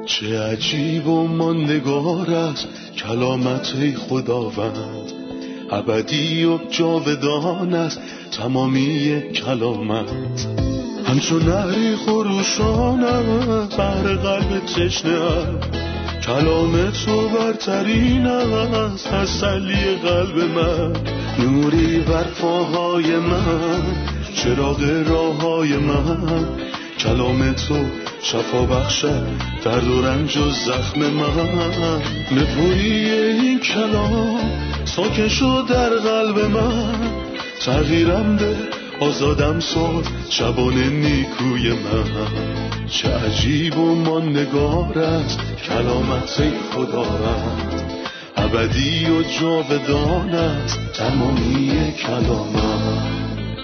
چه عجیب و ماندگار است کلامت ای خداوند، ابدی و جاودان است تمامی کلامت. همچون نهری خروشانم بر قلب تشنه‌ام، کلام تو برترین است تسلی قلب من. نوری بر پاهای من، چراغ راههای من، کلام تو شفا بخشد درد و رنج و زخم من. نپویی این کلام ساکن شد در قلب من، تغییرم ده آزادم ساز شبان نیکوی من. چه عجیب و ماندگار است کلامت ای خداوند، ابدی و جاودان است تمامی کلامت.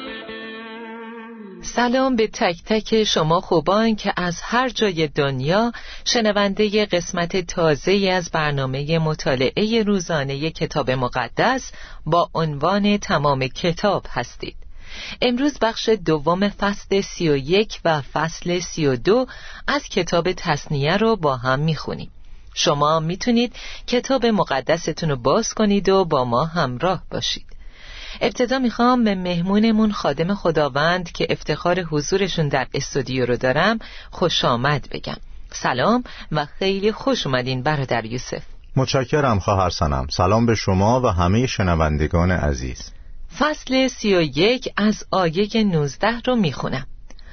سلام به تک تک شما خوبان که از هر جای دنیا شنونده قسمت تازه‌ای از برنامه مطالعه روزانه کتاب مقدس با عنوان تمام کتاب هستید. امروز بخش دوم فصل 31 و فصل 32 از کتاب تثنیه رو با هم میخونیم. شما میتونید کتاب مقدستون رو باز کنید و با ما همراه باشید. ابتدا میخوام به مهمونمون خادم خداوند که افتخار حضورشون در استودیو رو دارم خوش آمد بگم. سلام و خیلی خوش اومدین برادر یوسف. متشکرم خواهر سنم. سلام به شما و همه شنوندگان عزیز. فصل 31 از آیه 19 رو میخونم.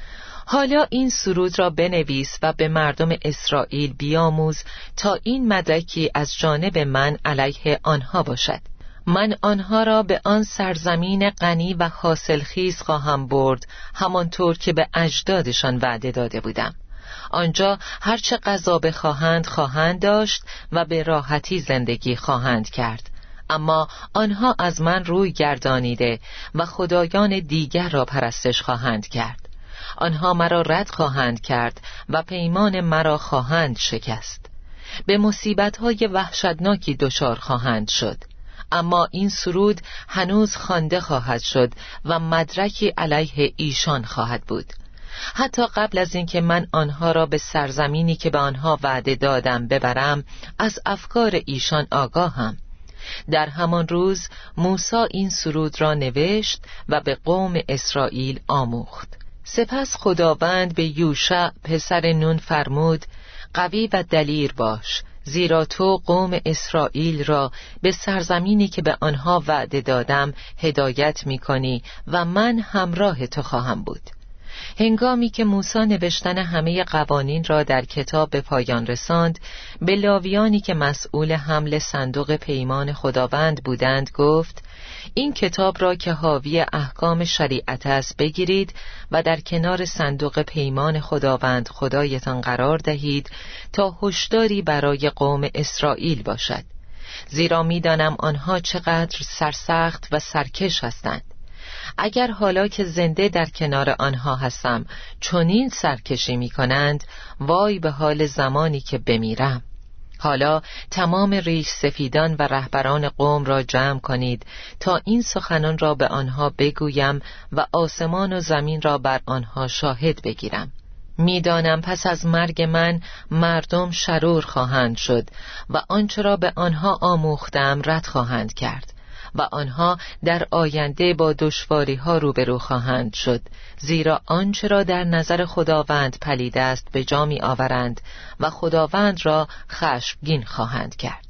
حالا این سرود را بنویس و به مردم اسرائیل بیاموز تا این مدرکی از جانب من علیه آنها باشد. من آنها را به آن سرزمین غنی و حاصلخیز خواهم برد، همانطور که به اجدادشان وعده داده بودم. آنجا هرچه غذا خواهند داشت و به راحتی زندگی خواهند کرد. اما آنها از من روی گردانیده و خدایان دیگر را پرستش خواهند کرد. آنها مرا رد خواهند کرد و پیمان مرا خواهند شکست. به مصیبت‌های وحشتناکی دچار خواهند شد. اما این سرود هنوز خوانده خواهد شد و مدرکی علیه ایشان خواهد بود. حتی قبل از اینکه من آنها را به سرزمینی که به آنها وعده دادم ببرم، از افکار ایشان آگاهم. در همان روز موسی این سرود را نوشت و به قوم اسرائیل آموخت. سپس خداوند به یوشع پسر نون فرمود: قوی و دلیر باش، زیرا تو قوم اسرائیل را به سرزمینی که به آنها وعده دادم هدایت می کنی و من همراه تو خواهم بود. هنگامی که موسی نوشتن همه قوانین را در کتاب به پایان رساند، به لاویانی که مسئول حمل صندوق پیمان خداوند بودند گفت: این کتاب را که حاوی احکام شریعت است بگیرید و در کنار صندوق پیمان خداوند خدایتان قرار دهید تا هشداری برای قوم اسرائیل باشد، زیرا میدانم آنها چقدر سرسخت و سرکش هستند. اگر حالا که زنده در کنار آنها هستم چنین سرکشی می کنند، وای به حال زمانی که بمیرم. حالا تمام ریش سفیدان و رهبران قوم را جمع کنید تا این سخنان را به آنها بگویم و آسمان و زمین را بر آنها شاهد بگیرم. میدانم پس از مرگ من مردم شرور خواهند شد و آنچه را به آنها آموختم رد خواهند کرد و آنها در آینده با دشواری ها روبرو خواهند شد، زیرا آنچه را در نظر خداوند پلید است به جا می آورند و خداوند را خشمگین خواهند کرد.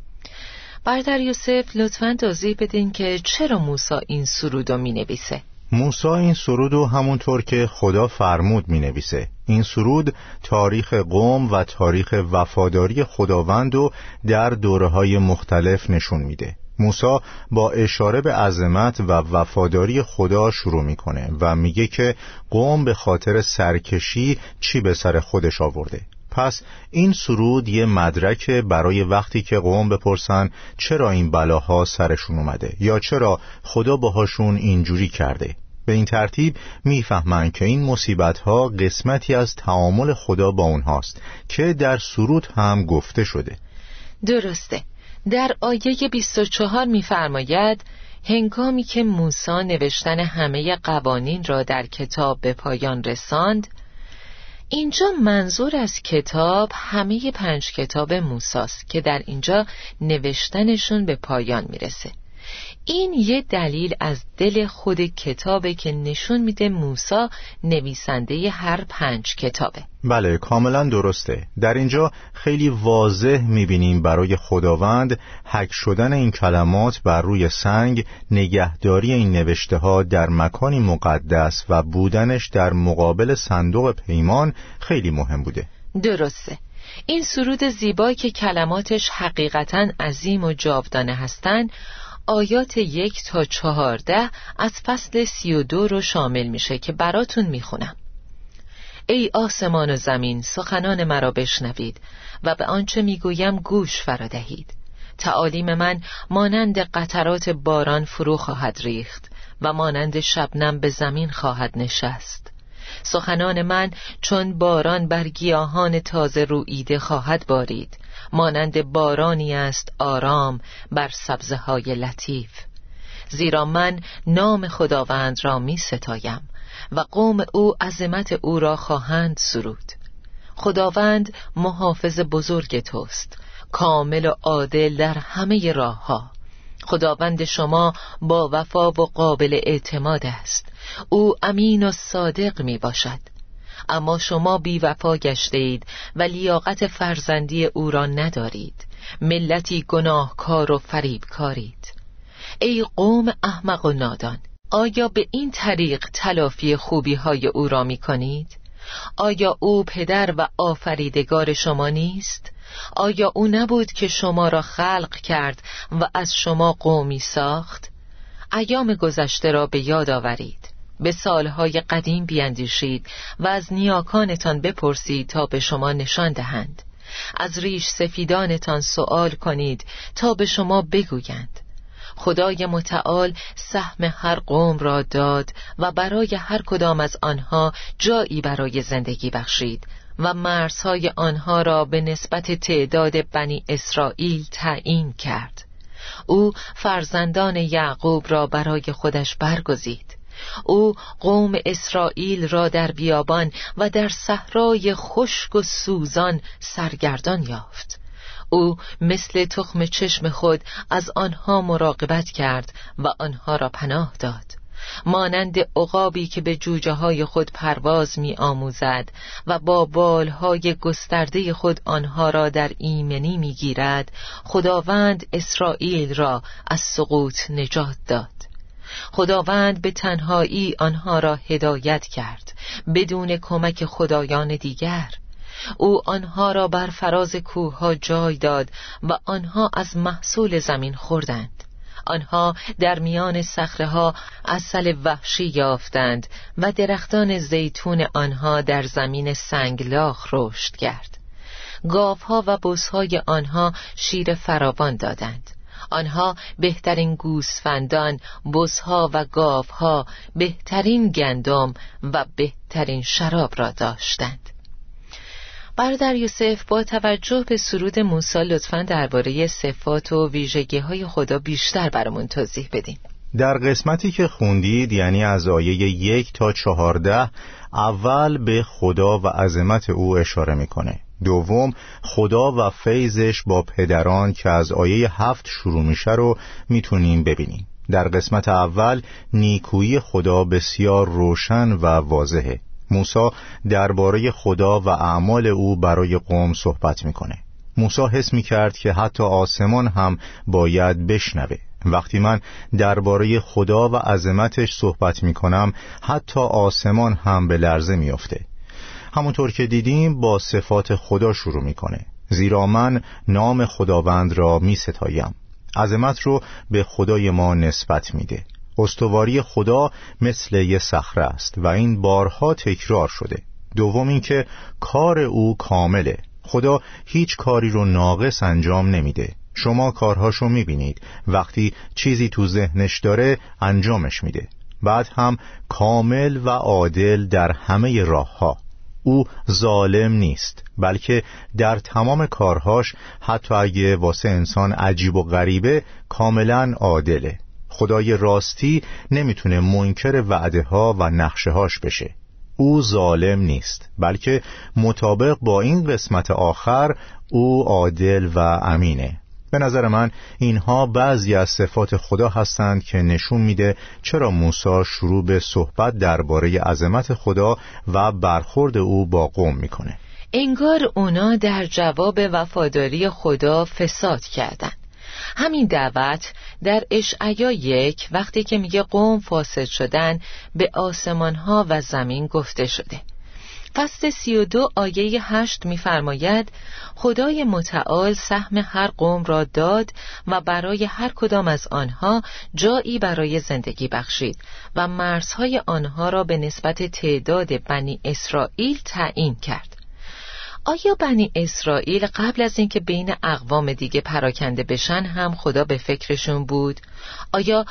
برادر یوسف لطفاً توضیح بدین که چرا موسی این سرودو می نویسه؟ موسی این سرودو همونطور که خدا فرمود می نویسه. این سرود تاریخ قوم و تاریخ وفاداری خداوندو در دوره‌های مختلف نشون میده. موسی با اشاره به عظمت و وفاداری خدا شروع میکنه و میگه که قوم به خاطر سرکشی چی به سر خودش آورده. پس این سرود یه مدرک برای وقتی که قوم بپرسن چرا این بلاها سرشون اومده یا چرا خدا باهاشون اینجوری کرده. به این ترتیب میفهمن که این مصیبت‌ها قسمتی از تعامل خدا با اونهاست که در سرود هم گفته شده. درسته. در آیه 24 می‌فرماید: هنگامی که موسی نوشتن همه قوانین را در کتاب به پایان رساند، اینجا منظور از کتاب همه 5 کتاب موسیست که در اینجا نوشتنشون به پایان میرسه. این یه دلیل از دل خود کتابه که نشون میده موسی نویسنده هر 5 کتابه. بله، کاملا درسته. در اینجا خیلی واضح میبینیم برای خداوند حک شدن این کلمات بر روی سنگ، نگهداری این نوشته ها در مکانی مقدس و بودنش در مقابل صندوق پیمان خیلی مهم بوده. درسته. این سرود زیبایی که کلماتش حقیقتاً عظیم و جاودانه هستن، آیات 1 تا 14 از فصل 32 رو شامل میشه که براتون میخونم. ای آسمان و زمین، سخنان مرا بشنوید و به آنچه میگویم گوش فرادهید. تعالیم من مانند قطرات باران فرو خواهد ریخت و مانند شبنم به زمین خواهد نشست. سخنان من چون باران بر گیاهان تازه روییده خواهد بارید، مانند بارانی است آرام بر سبزه‌های لطیف. زیرا من نام خداوند را می ستایم و قوم او عظمت او را خواهند سرود. خداوند محافظ بزرگ توست، کامل و عادل در همه راه ها. خداوند شما با وفا و قابل اعتماد است، او امین و صادق می باشد. اما شما بی وفا گشته اید و لیاقت فرزندی او را ندارید، ملتی گناهکار و فریبکارید. ای قوم احمق و نادان، آیا به این طریق تلافی خوبی های او را می کنید؟ آیا او پدر و آفریدگار شما نیست؟ آیا او نبود که شما را خلق کرد و از شما قومی ساخت؟ ایام گذشته را به یاد آورید، به سالهای قدیم بیندیشید و از نیاکانتان بپرسید تا به شما نشان دهند. از ریش سفیدانتان سؤال کنید تا به شما بگویند. خدای متعال سهم هر قوم را داد و برای هر کدام از آنها جایی برای زندگی بخشید و مرزهای آنها را به نسبت تعداد بنی اسرائیل تعیین کرد. او فرزندان یعقوب را برای خودش برگزید. او قوم اسرائیل را در بیابان و در صحرای خشک و سوزان سرگردان یافت. او مثل تخم چشم خود از آنها مراقبت کرد و آنها را پناه داد، مانند عقابی که به جوجه های خود پرواز می آموزد و با بالهای گسترده خود آنها را در ایمنی می گیرد. خداوند اسرائیل را از سقوط نجات داد. خداوند به تنهایی آنها را هدایت کرد بدون کمک خدایان دیگر. او آنها را بر فراز کوه‌ها جای داد و آنها از محصول زمین خوردند. آنها در میان صخره‌ها عسل وحشی یافتند و درختان زیتون آنها در زمین سنگلاخ رشد کرد. گاوها و بزهای آنها شیر فراوان دادند. آنها بهترین گوسفندان، بزها و گاوها، بهترین گندم و بهترین شراب را داشتند. برادر یوسف، با توجه به سرود موسی لطفاً درباره صفات و ویژگی‌های خدا بیشتر برامون توضیح بدین. در قسمتی که خوندید، یعنی از آیه 1 تا 14، اول به خدا و عظمت او اشاره میکنه. دوم، خدا و فیضش با پدران که از آیه 7 شروع میشه رو میتونیم ببینیم. در قسمت اول نیکویی خدا بسیار روشن و واضحه. موسی درباره خدا و اعمال او برای قوم صحبت میکنه. موسی حس میکرد که حتی آسمان هم باید بشنوه. وقتی من درباره خدا و عظمتش صحبت میکنم، حتی آسمان هم به لرزه میافته. همونطور که دیدیم با صفات خدا شروع میکنه. زیرا من نام خداوند را میستایم. عظمت رو به خدای ما نسبت میده. استواری خدا مثل یه صخره است و این بارها تکرار شده. دوم این که کار او کامله. خدا هیچ کاری رو ناقص انجام نمیده. شما کارهاشو میبینید. وقتی چیزی تو ذهنش داره انجامش میده. بعد هم کامل و عادل در همه راهها. او ظالم نیست، بلکه در تمام کارهاش، حتی اگه واسه انسان عجیب و غریبه، کاملا عادله. خدای راستی نمیتونه منکر وعده ها و نقشه هاش بشه. او ظالم نیست، بلکه مطابق با این قسمت آخر او عادل و امینه. به نظر من اینها بعضی از صفات خدا هستند که نشون میده چرا موسی شروع به صحبت درباره عظمت خدا و برخورد او با قوم میکنه. انگار اونا در جواب وفاداری خدا فساد کردن. همین دعوت در اشعیا 1 وقتی که میگه قوم فاسد شدن به آسمانها و زمین گفته شده. فصل 32 آیه 8 می‌فرماید خدای متعال سهم هر قوم را داد و برای هر کدام از آنها جایی برای زندگی بخشید و مرزهای آنها را به نسبت تعداد بنی اسرائیل تعیین کرد. آیا بنی اسرائیل قبل از اینکه بین اقوام دیگه پراکنده بشن هم خدا به فکرشون بود؟ آیا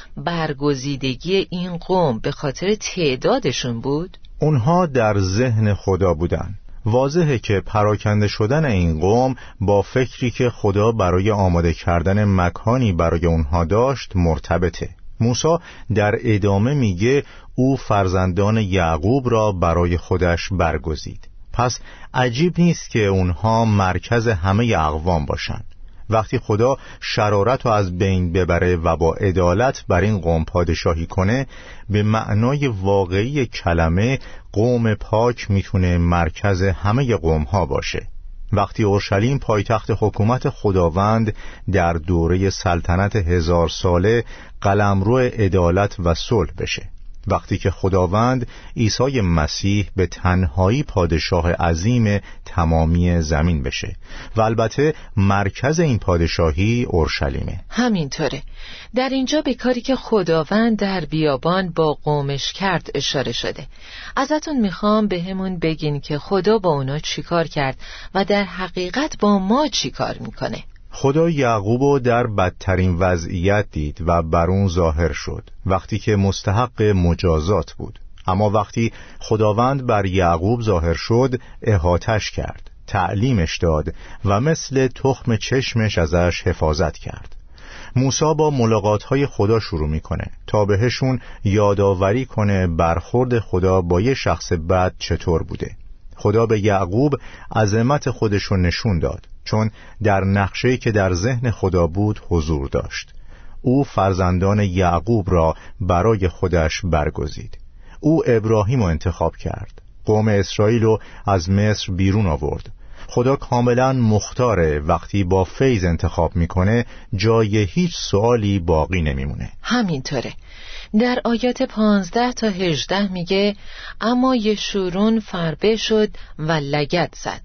برگزیدگی این قوم به خاطر تعدادشون بود؟ اونها در ذهن خدا بودن. واضحه که پراکنده شدن این قوم با فکری که خدا برای آماده کردن مکانی برای اونها داشت مرتبطه. موسی در ادامه میگه او فرزندان یعقوب را برای خودش برگزید. پس عجیب نیست که اونها مرکز همه اقوام باشن. وقتی خدا شرارت رو از بین ببره و با عدالت بر این قوم پادشاهی کنه، به معنای واقعی کلمه قوم پاک میتونه مرکز همه قوم ها باشه. وقتی اورشلیم پایتخت حکومت خداوند در دوره سلطنت 1000 ساله قلمرو عدالت و صلح بشه. وقتی که خداوند عیسی مسیح به تنهایی پادشاه عظیم تمامی زمین بشه و البته مرکز این پادشاهی اورشلیمه. همینطوره. در اینجا به کاری که خداوند در بیابان با قومش کرد اشاره شده. ازتون میخوام به همون بگین که خدا با اونا چیکار کرد و در حقیقت با ما چیکار میکنه. خدا یعقوبو در بدترین وضعیت دید و بر اون ظاهر شد وقتی که مستحق مجازات بود. اما وقتی خداوند بر یعقوب ظاهر شد احاطش کرد، تعلیمش داد و مثل تخم چشمش ازش حفاظت کرد. موسی با ملاقات‌های خدا شروع میکنه تا بهشون یادآوری کنه برخورد خدا با یه شخص بد چطور بوده. خدا به یعقوب عظمت خودشو نشون داد، چون در نقشه‌ای که در ذهن خدا بود حضور داشت. او فرزندان یعقوب را برای خودش برگزید. او ابراهیم را انتخاب کرد. قوم اسرائیل را از مصر بیرون آورد. خدا کاملا مختاره. وقتی با فیض انتخاب میکنه جای هیچ سوالی باقی نمیمونه. همینطوره. در آیات 15 تا 18 میگه اما یشورون فربه شد و لگد زد.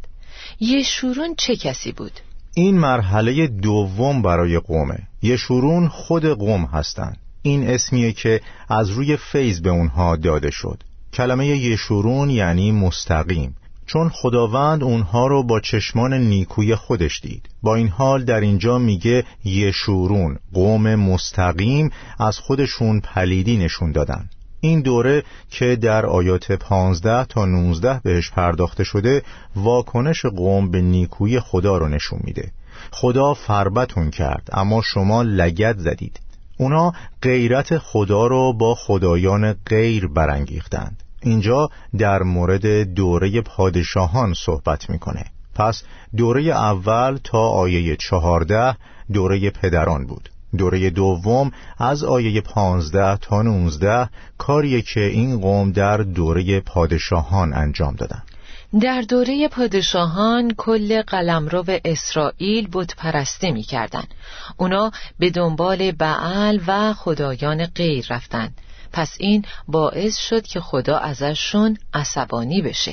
یشورون چه کسی بود؟ این مرحله دوم برای قومه. یشورون خود قوم هستند. این اسمیه که از روی فیض به اونها داده شد. کلمه یشورون یعنی مستقیم، چون خداوند اونها رو با چشمان نیکوی خودش دید. با این حال در اینجا میگه یشورون، قوم مستقیم، از خودشون پلیدی نشون دادن. این دوره که در آیات 15 تا 19 بهش پرداخته شده واکنش قوم به نیکویی خدا رو نشون میده. خدا فربتون کرد اما شما لگد زدید. اونا غیرت خدا رو با خدایان غیر برانگیختند. اینجا در مورد دوره پادشاهان صحبت میکنه. پس دوره اول تا آیه 14 دوره پدران بود. دوره دوم از آیه 15 تا 19 کاریه که این قوم در دوره پادشاهان انجام دادن. در دوره پادشاهان کل قلمرو اسرائیل بت پرستی می کردن. اونا به دنبال بعل و خدایان غیر رفتن. پس این باعث شد که خدا ازشون عصبانی بشه.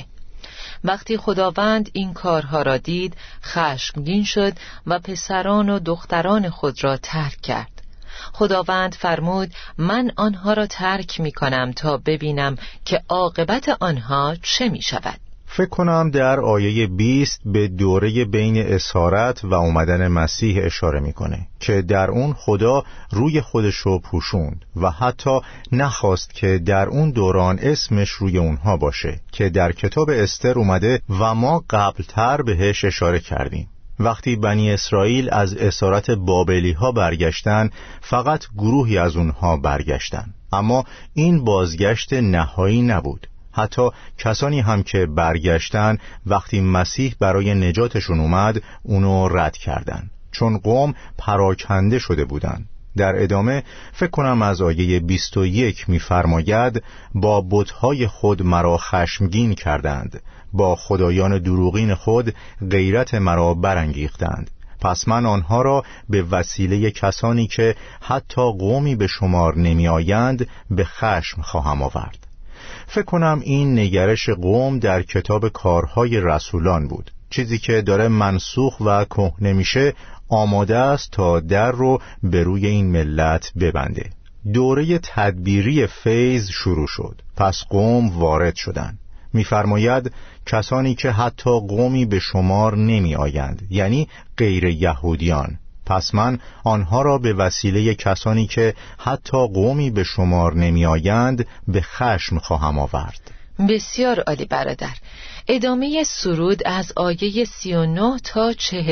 وقتی خداوند این کارها را دید خشمگین شد و پسران و دختران خود را ترک کرد. خداوند فرمود من آنها را ترک می کنم تا ببینم که عاقبت آنها چه می شود. فکر کنم در آیه 20 به دوره بین اسارت و اومدن مسیح اشاره میکنه که در اون خدا روی خودش رو پوشوند و حتی نخواست که در اون دوران اسمش روی اونها باشه که در کتاب استر اومده و ما قبلتر بهش اشاره کردیم. وقتی بنی اسرائیل از اسارت بابلی ها برگشتن فقط گروهی از اونها برگشتن، اما این بازگشت نهایی نبود. حتی کسانی هم که برگشتن وقتی مسیح برای نجاتشون اومد اونو رد کردن، چون قوم پراکنده شده بودن. در ادامه فکر کنم از آیه 21 می‌فرماید با بت‌های خود مرا خشمگین کردند، با خدایان دروغین خود غیرت مرا برانگیختند. پس من آنها را به وسیله کسانی که حتی قومی به شمار نمی آیند به خشم خواهم آورد. فکر کنم این نگرش قوم در کتاب کارهای رسولان بود. چیزی که داره منسوخ و کهنه میشه آماده است تا در رو به روی این ملت ببنده. دوره تدبیری فیض شروع شد، پس قوم وارد شدند. می‌فرماید کسانی که حتی قومی به شمار نمی آیند، یعنی غیر یهودیان. پس من آنها را به وسیله کسانی که حتی قومی به شمار نمی آیند به خشم خواهم آورد. بسیار عالی برادر. ادامه سرود از آیه 39 تا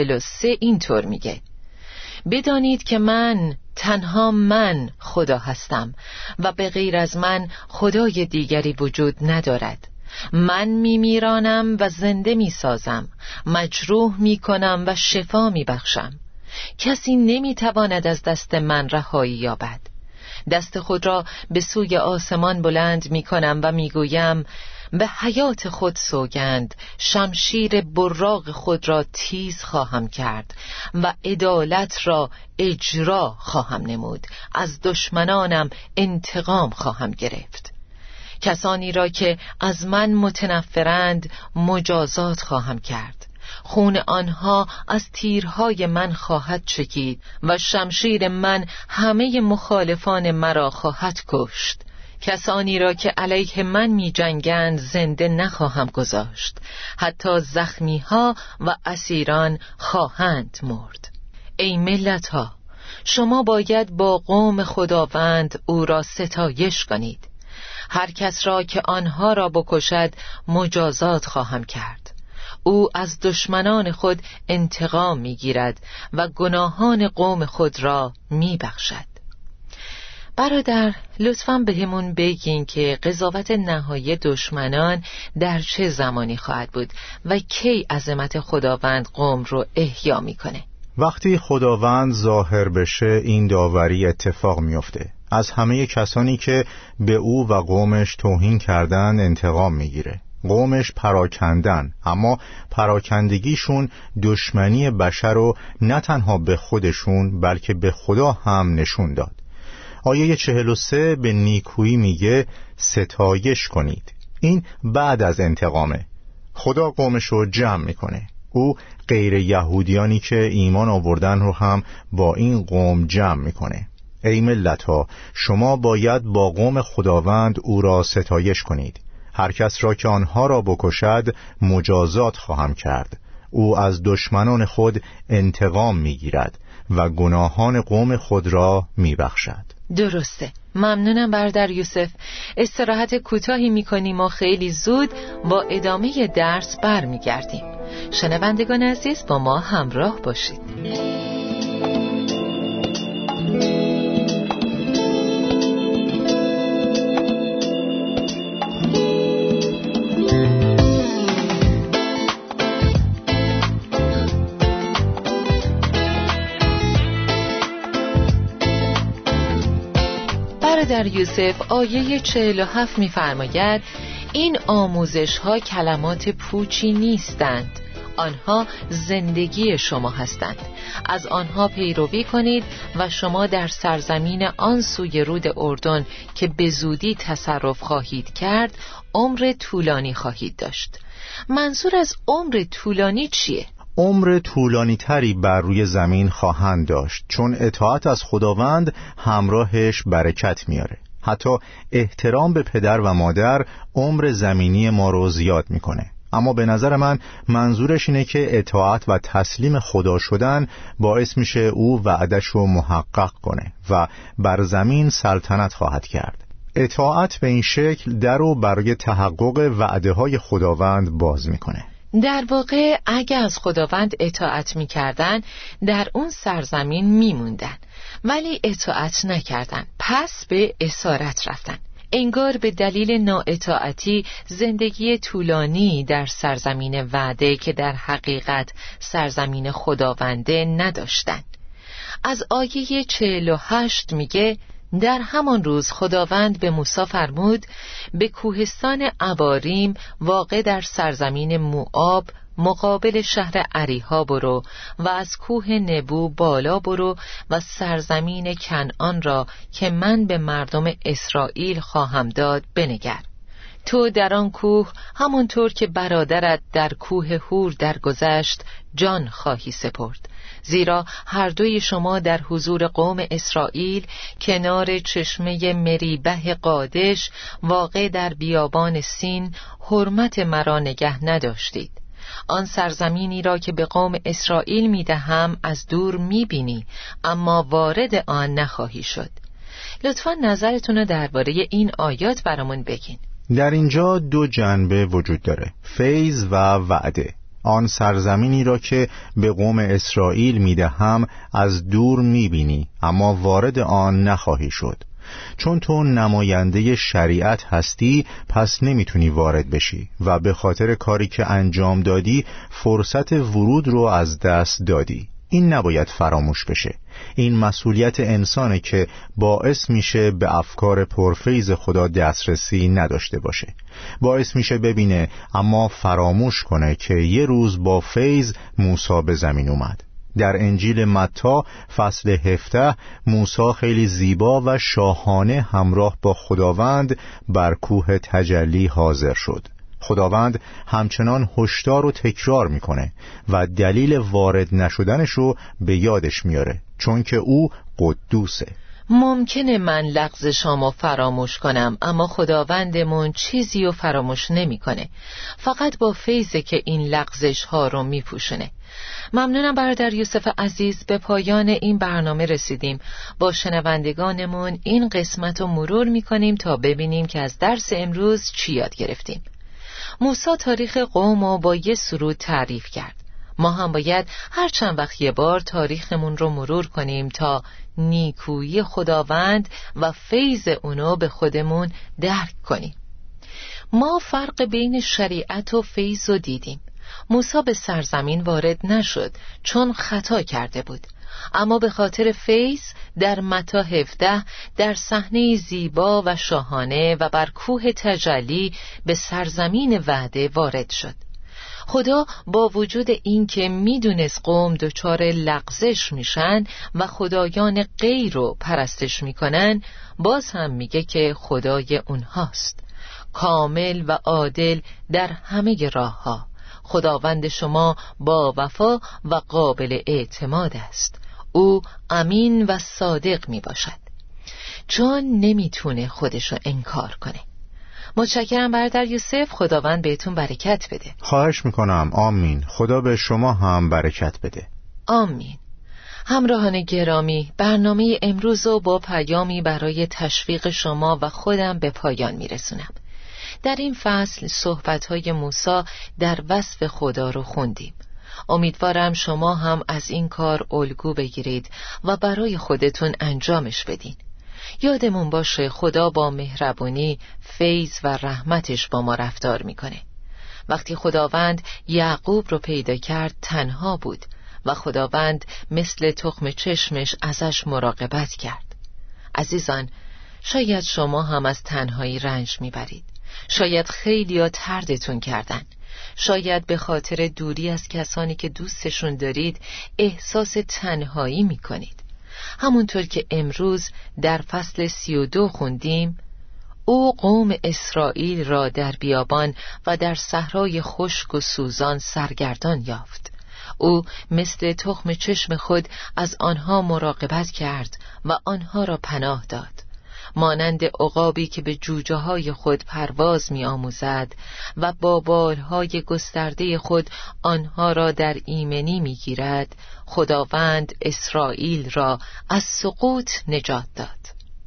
43 اینطور میگه: بدانید که تنها من خدا هستم و به غیر از من خدای دیگری وجود ندارد. من میمیرانم و زنده میسازم، مجروح میکنم و شفا میبخشم. کسی نمیتواند از دست من رهایی یابد. دست خود را به سوی آسمان بلند میکنم و میگویم به حیات خود سوگند، شمشیر براق خود را تیز خواهم کرد و عدالت را اجرا خواهم نمود. از دشمنانم انتقام خواهم گرفت. کسانی را که از من متنفرند مجازات خواهم کرد. خون آنها از تیرهای من خواهد چکید و شمشیر من همه مخالفان مرا خواهد کشت. کسانی را که علیه من می جنگند زنده نخواهم گذاشت، حتی زخمی ها و اسیران خواهند مرد. ای ملت ها، شما باید با قوم خداوند او را ستایش کنید. هر کس را که آنها را بکشد مجازات خواهم کرد. او از دشمنان خود انتقام میگیرد و گناهان قوم خود را میبخشد. برادر، لطفاً بهمون بگین که قضاوت نهایی دشمنان در چه زمانی خواهد بود و کی عظمت خداوند قوم رو احیا میکنه؟ وقتی خداوند ظاهر بشه این داوری اتفاق میفته. از همه کسانی که به او و قومش توهین کردن انتقام میگیره. قومش پراکندن، اما پراکندگیشون دشمنی بشر رو نه تنها به خودشون بلکه به خدا هم نشون داد. آیه 43 به نیکویی میگه ستایش کنید. این بعد از انتقامه. خدا قومش رو جمع میکنه. او غیر یهودیانی که ایمان آوردن رو هم با این قوم جمع میکنه. ای ملت ها، شما باید با قوم خداوند او را ستایش کنید. هر کس را که آنها را بکشد مجازات خواهم کرد. او از دشمنان خود انتقام میگیرد و گناهان قوم خود را میبخشد. درسته. ممنونم برادر یوسف. استراحت کوتاهی میکنیم و خیلی زود با ادامه درس برمیگردیم. شنوندگان عزیز، با ما همراه باشید. در یوسف آیه 47 می‌فرماید این آموزش ها کلمات پوچی نیستند، آنها زندگی شما هستند. از آنها پیروی کنید و شما در سرزمین آن سوی رود اردن که به زودی تصرف خواهید کرد عمر طولانی خواهید داشت. منظور از عمر طولانی چیه؟ عمر طولانی تری بر روی زمین خواهند داشت، چون اطاعت از خداوند همراهش برکت میاره. حتی احترام به پدر و مادر عمر زمینی ما رو زیاد میکنه. اما به نظر من منظورش اینه که اطاعت و تسلیم خدا شدن باعث میشه او وعدش رو محقق کنه و بر زمین سلطنت خواهد کرد. اطاعت به این شکل در رو برای تحقق وعده های خداوند باز میکنه. در واقع اگه از خداوند اطاعت می‌کردن در اون سرزمین می‌موندن، ولی اطاعت نکردن، پس به اسارت رفتن. انگار به دلیل نااطاعتی زندگی طولانی در سرزمین وعده که در حقیقت سرزمین خداونده نداشتند. از آیه 48 میگه در همان روز خداوند به موسی فرمود به کوهستان عباریم واقع در سرزمین موآب مقابل شهر عریها برو و از کوه نبو بالا برو و سرزمین کنعان را که من به مردم اسرائیل خواهم داد بنگر. تو در آن کوه همونطور که برادرت در کوه هور درگذشت جان خواهی سپرد، زیرا هر دوی شما در حضور قوم اسرائیل کنار چشمه مریبه قادش واقع در بیابان سین حرمت مرا نگه نداشتید. آن سرزمینی را که به قوم اسرائیل میدهم از دور میبینی اما وارد آن نخواهی شد. لطفاً نظرتون رو درباره این آیات برامون بگین. در اینجا دو جنبه وجود داره، فیض و وعده. آن سرزمینی را که به قوم اسرائیل میدهم از دور میبینی اما وارد آن نخواهی شد. چون تو نماینده شریعت هستی پس نمیتونی وارد بشی و به خاطر کاری که انجام دادی فرصت ورود رو از دست دادی. این نباید فراموش بشه. این مسئولیت انسانه که باعث میشه به افکار پرفیض خدا دسترسی نداشته باشه. باعث میشه ببینه اما فراموش کنه که یه روز با فیض موسی به زمین اومد. در انجیل متی فصل 17 موسی خیلی زیبا و شاهانه همراه با خداوند بر کوه تجلی حاضر شد. خداوند همچنان هشدار و تکرار میکنه و دلیل وارد نشدنش رو به یادش میاره، چون که او قدوسه. ممکنه من لغزشامو فراموش کنم اما خداوندمون چیزی رو فراموش نمیکنه. فقط با فیضه که این لغزش ها رو میپوشونه. ممنونم برادر یوسف عزیز. به پایان این برنامه رسیدیم. با شنوندگانمون این قسمت رو مرور میکنیم تا ببینیم که از درس امروز چی یاد گرفتیم. موسی تاریخ قوم رو با یه سرود تعریف کرد. ما هم باید هر چند وقت یه بار تاریخمون رو مرور کنیم تا نیکویی خداوند و فیض اونو به خودمون درک کنیم. ما فرق بین شریعت و فیض رو دیدیم. موسی به سرزمین وارد نشد چون خطا کرده بود، اما به خاطر فیض در متی 17 در صحنه زیبا و شاهانه و بر کوه تجلی به سرزمین وعده وارد شد. خدا با وجود این که میدونست قوم دچار لغزش میشن و خدایان غیر رو پرستش میکنن، باز هم میگه که خدای اونهاست، کامل و عادل در همه راه ها. خداوند شما با وفا و قابل اعتماد است. او امین و صادق می باشد چون نمیتونه خودشو انکار کنه. متشکرم برادر یوسف. خداوند بهتون برکت بده. خواهش میکنم. آمین. خدا به شما هم برکت بده. آمین. همراهان گرامی، برنامه امروز رو با پیامی برای تشویق شما و خودم به پایان میرسونم. در این فصل صحبت‌های موسی در وصف خدا رو خوندیم. امیدوارم شما هم از این کار الگو بگیرید و برای خودتون انجامش بدین. یادمون باشه خدا با مهربونی، فیض و رحمتش با ما رفتار میکنه. وقتی خداوند یعقوب رو پیدا کرد تنها بود و خداوند مثل تخم چشمش ازش مراقبت کرد. عزیزان، شاید شما هم از تنهایی رنج میبرید. شاید خیلی‌ها طردتون کردن. شاید به خاطر دوری از کسانی که دوستشون دارید احساس تنهایی میکنید. همونطور که امروز در فصل 32 خوندیم، او قوم اسرائیل را در بیابان و در صحرای خشک و سوزان سرگردان یافت. او مثل تخم چشم خود از آنها مراقبت کرد و آنها را پناه داد. مانند عقابی که به جوجه های خود پرواز می آموزد و با بالهای گسترده خود آنها را در ایمنی می گیرد، خداوند اسرائیل را از سقوط نجات داد.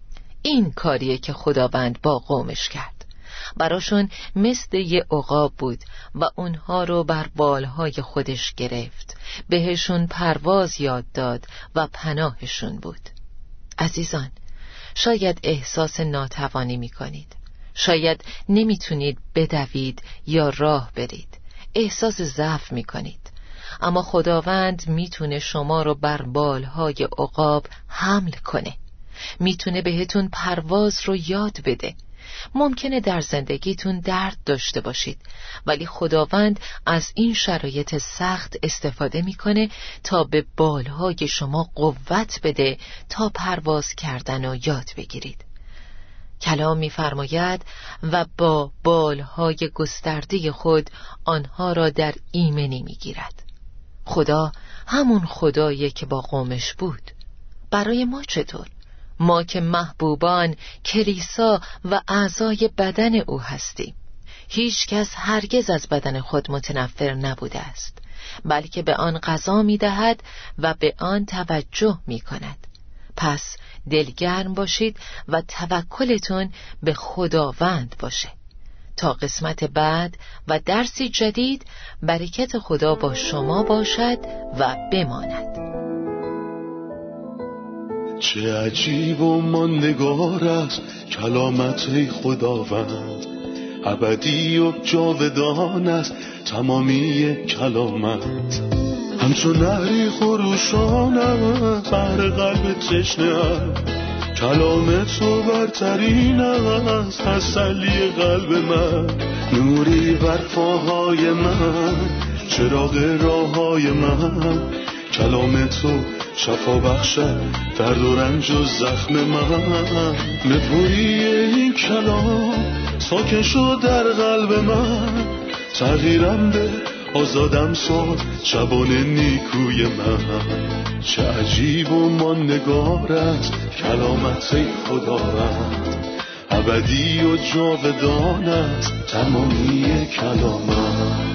این کاریه که خداوند با قومش کرد. براشون مثل یه عقاب بود و اونها رو بر بالهای خودش گرفت، بهشون پرواز یاد داد و پناهشون بود. عزیزان، شاید احساس ناتوانی می کنید. شاید نمیتونید بدوید یا راه برید. احساس ضعف می کنید. اما خداوند میتونه شما رو بر بالهای عقاب حمل کنه. میتونه بهتون پرواز رو یاد بده. ممکنه در زندگیتون درد داشته باشید، ولی خداوند از این شرایط سخت استفاده میکنه تا به بالهای شما قوت بده تا پرواز کردن رو یاد بگیرید. کلام می‌فرماید و با بالهای گسترده خود آنها را در ایمنی میگیرد. خدا همون خداییه که با قومش بود. برای ما چطور؟ ما که محبوبان، کلیسا و اعضای بدن او هستیم. هیچ کس هرگز از بدن خود متنفر نبوده است، بلکه به آن غذا می‌دهد و به آن توجه می‌کند. پس دلگرم باشید و توکلتون به خداوند باشه. تا قسمت بعد و درسی جدید، برکت خدا با شما باشد و بماند. چه عجیب و ماندگار است کلامت خداوند، ابدی و جاودان است تمامی کلامت. همچون نهری خروشان است بر قلب تشنه، کلام تو برترین است تسلی قلب من. نوری بر پاهای من، چراغ راههای من، کلام تو شفا بخشد درد و رنج و زخم من. نپوری این کلام ساکن شد در قلب من، تغییرم به آزادم ساد شبان نیکوی من. چه عجیب و ماندگار است کلامت خداوند، ابدی و جاودان است تمامی کلامت.